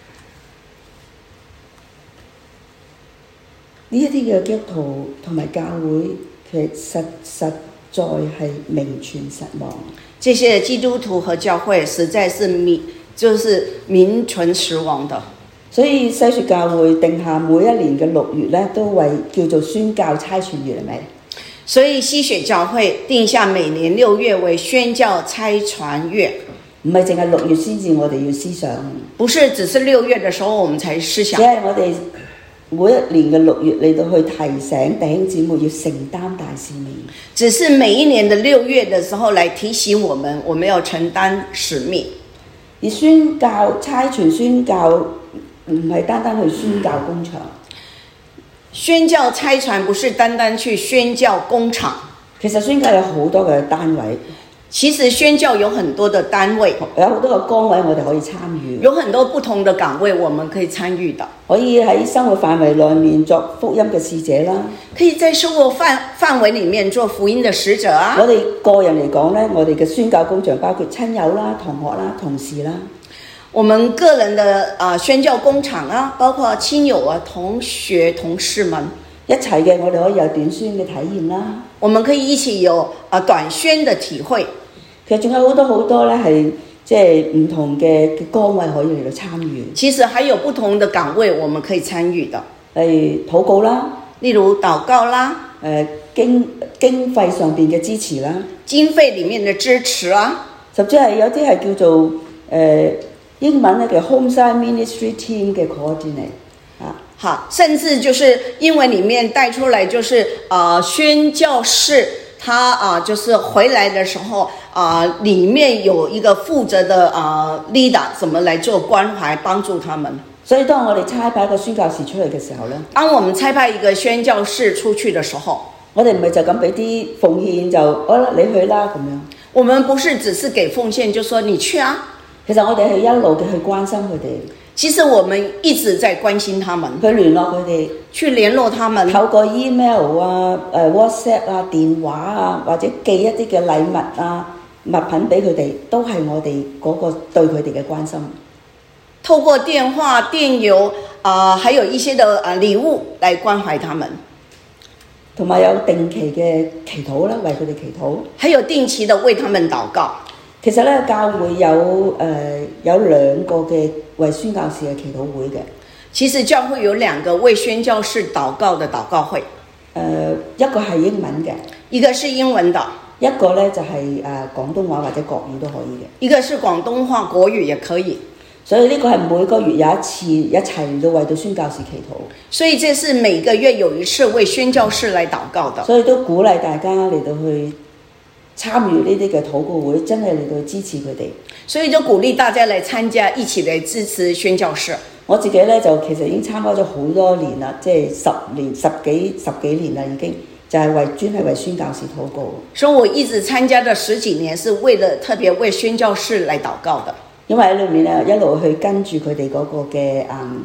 呢一啲嘅基督徒同埋教會，其實實在係名存實亡。 這些基督徒和教會實在是名就是名存實亡的。 所以西説教會定下每一年嘅六月咧，都為叫做宣教差傳月，係咪？ 所以西雪教會定下每年六月為宣教差傳月， 唔係淨係六月先至我哋要思想， 不是只是六月的時候我們才思想， 只係我哋每一年嘅六月嚟到去提醒弟兄姊妹要承擔大使命。 只是每一年的六月的時候來提醒我們，我們要承擔使命。 而宣教差傳宣教唔係單單去宣教工場。 宣教差傳不是單單去宣教工廠， 其實宣教有好多嘅單位。 其實宣教有很多的單位， 有好多個崗位我哋可以參與， 有很多不同的崗位我們可以參與的。 可以喺生活範圍內面作福音嘅使者啦。 可以在生活範範圍裡面做福音的使者啊。 我哋個人嚟講呢，我哋嘅宣教工場包括親友啦、同學啦、同事啦。 我們個人的啊、呃、宣教工廠啊，包括親友啊、同學、同事們一齊嘅，我哋可以有短宣嘅體驗啦。 我們可以一起有啊、呃、短宣的體會。 其實仲有好多好多咧，係即係唔同嘅嘅崗位可以嚟到參與。 其實還有不同的崗位我們可以參與的， 例如禱告啦， 例如禱告啦， 誒、呃、經經費上邊嘅支持啦， 經費裡面的支持啊， 甚至係有啲係叫做誒、呃、英文咧叫 Homeside Ministry Team 嘅 coordinate 啊， 好，甚至就是英文裡面帶出來就是啊、呃、宣教士。他啊，就是回來的時候啊，裡面有一個負責的啊 leader，怎麼來做關懷，幫助他們。 所以當我哋差派一個宣教士出嚟嘅時候咧， 當我們差派一個宣教士出去的時候， 我哋唔係就咁俾啲奉獻就好啦，你去啦咁樣。 我們不是只是給奉獻，就說你去啊。其實我哋係一路嘅去關心佢哋。其實我們一直在關心他們， 去聯絡佢哋， 去聯絡他們， 透過 email 啊、誒 WhatsApp 啊、電話啊，或者寄一啲嘅禮物啊、物品俾佢哋，都係我哋嗰個對佢哋嘅關心。 透過電話、電郵啊、呃，還有一些的啊禮物來關懷他們， 同埋有定期嘅祈禱啦，為佢哋祈禱， 還有定期的為他們禱告。 其實咧，教會有誒、呃、有兩個嘅為宣教士嘅祈禱會嘅。 其實教會有兩個為宣教士禱告的禱告會。誒、 呃，一個係英文嘅， 一個是英文的， 一個咧就係、是、誒、呃、廣東話或者國語都可以嘅。 一個是廣東話，國語也可以。 所以呢個係每個月有一次一齊嚟到為到宣教士祈禱。 所以這是每個月有一次為宣教士來禱告的。 所以都鼓勵大家嚟到去參與呢啲嘅禱告會，真係嚟到支持佢哋。 所以就鼓勵大家嚟參加，一起嚟支持宣教士。 我自己咧就其實已經參加咗好多年啦，即係十年、十幾、十幾年啦，已經就係、是、為專係為宣教士禱告。 所以我一直參加咗十幾年，是為了特別為宣教士嚟禱告的。 因為喺裏面咧一路去跟住佢哋嗰個嘅嗯，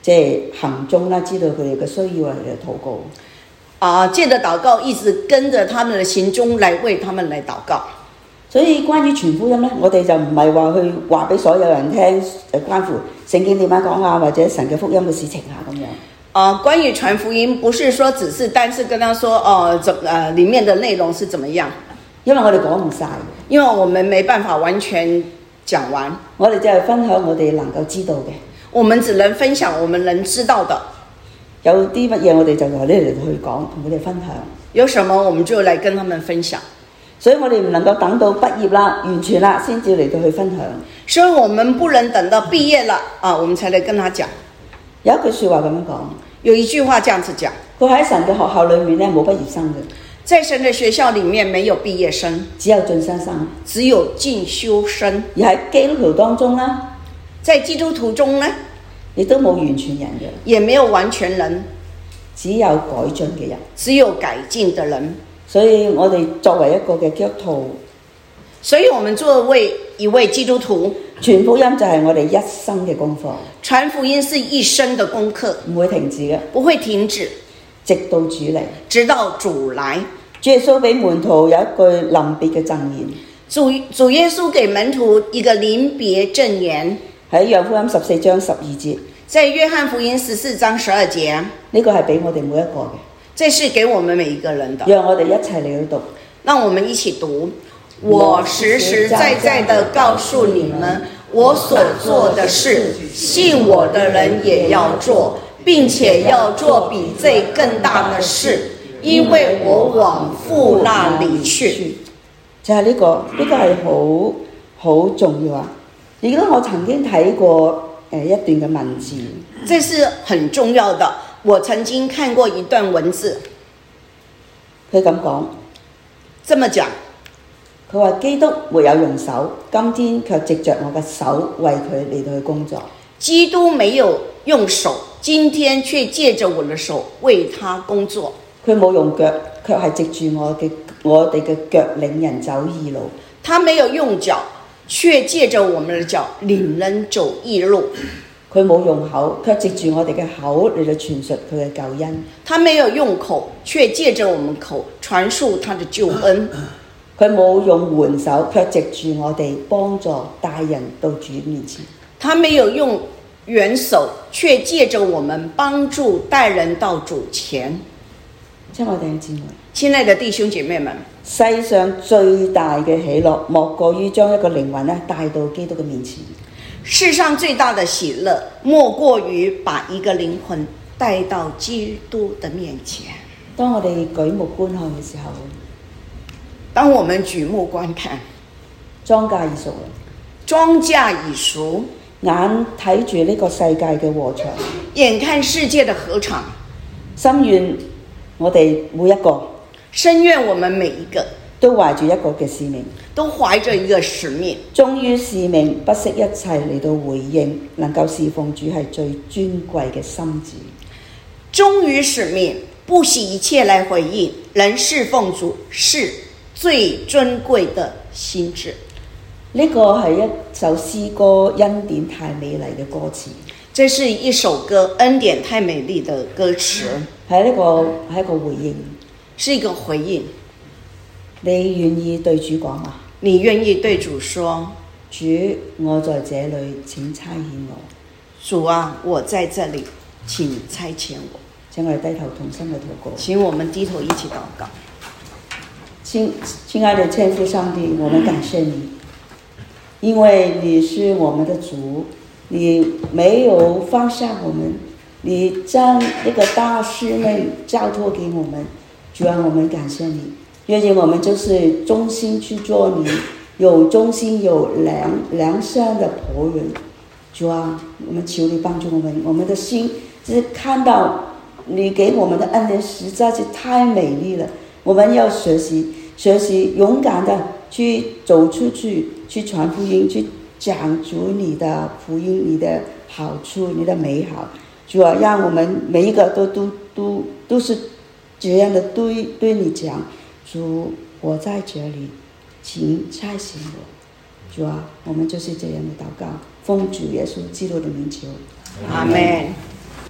即係行蹤啦，知道佢哋嘅需要嚟禱告。 啊，借着禱告一直跟着他們的行蹤來為他們來禱告。 所以關於傳福音咧，我哋就唔係話去話俾所有人聽誒關乎聖經點樣講啊，或者神嘅福音嘅事情啊咁樣。 啊，關於傳福音，不是說只是單是跟他說哦，怎呃裡面的內容是怎麼樣， 因為我哋講唔晒， 因為我們沒辦法完全講完， 我哋就係分享我哋能夠知道嘅， 我們只能分享我們能知道的。 有啲乜嘢我哋就由呢嚟去講，同佢哋分享。 有什麼我們就來跟他們分享。 所以我哋唔能夠等到畢業啦、完全啦，先至嚟到去分享。 所以我們不能等到畢業了啊，我們才來跟他講。 有一句説話咁樣講， 有一句話這樣子講， 佢喺神嘅學校裏面咧冇畢業生嘅， 在神嘅學校裡面沒有畢業生， 只有進修生， 只有進修生。 而喺基督徒當中啦， 在基督徒中呢， 亦都冇完全人嘅， 也沒有完全人， 只有改進嘅人， 只有改進的人。 所以我哋作為一個嘅基督徒， 所以我們作為一位基督徒， 傳福音就係我哋一生嘅功課， 傳福音是一生的功課， 唔會停止嘅， 不會停止， 直到主嚟， 直到主來。 主耶穌俾門徒有一句臨別嘅贈言， 主主耶穌給門徒一個臨別贈言， 喺約翰福音十四章十二節， 在約翰福音十四章十二節， 呢個係俾我哋每一個嘅。 這是給我們每一個人的， 讓我哋一齊嚟去讀。 讓我們一起讀。我實實在在的告訴你們，我所做的事，信我的人也要做，並且要做比這更大的事，因為我往父那裡去。 就係呢個，呢個係好好重要啊！亦都我曾經睇過誒一段嘅文字， 這是很重要的。我曾經看過一段文字， 佢咁講， 這麼講， 佢話基督沒有用手，今天卻藉着我嘅手為佢嚟到去工作。 基督沒有用手，今天卻借着我的手為他工作。 佢冇用腳，卻係藉住我嘅我哋嘅腳領人走義路。 他沒有用腳，卻借着我們的腳領人走義路。 佢冇用口，卻藉住我哋嘅口嚟到傳述佢嘅救恩。 他沒有用口，卻借着我們口傳述他的救恩。 佢冇用援手，卻藉住我哋幫助帶人到主面前。 他沒有用援手，卻借着我們幫助帶人到主前。 親愛的姊妹， 親愛的弟兄姐妹們， 世上最大嘅喜樂，莫過於將一個靈魂咧帶到基督嘅面前。 世上最大的喜樂，莫過於把一個靈魂帶到基督的面前。 當我哋舉目觀看嘅時候， 當我們舉目觀看， 莊稼已熟啦， 莊稼已熟， 眼睇住呢個世界嘅禾場， 眼看世界的禾場， 心願我哋每一個， 深願我們每一個都懷住一個嘅使命， 都懷着一個使命， 忠於使命，不惜一切嚟到回應，能夠侍奉主係最尊貴嘅心志。 忠於使命，不惜一切來回應，能侍奉主是最尊貴的心志。 呢個係一首詩歌，恩典太美麗嘅歌詞。 這是一首歌，恩典太美麗的歌詞， 係一個係一個回應， 是一個回應。 你願意對主講嗎？ 你願意對主說： 主，我在這裡，請差遣我。 主啊，我在這裡，請差遣我。 請我哋低頭同心嘅禱告。 請我們低頭一起禱告。 親親愛的天父上帝，我們感謝你，因為你是我們的主，你沒有放下我們，你將一個大使命交託給我們。主啊，我們感謝你，願意我們就是忠心去做你有忠心有良良善的僕人。主啊，我們求你幫助我們，我們的心只看到你給我們的恩典實在是太美麗了。我們要學習學習勇敢的去走出去，去傳福音，去講出你的福音，你的好處，你的美好。主啊，讓我們每一個都都都都是這樣的對對你講，主，我在這裡，請差遣我。主啊，我們就是這樣的禱告，奉主耶穌基督的名求， 阿們。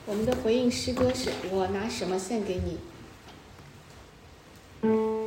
我们的回应诗歌是我拿什么献给你。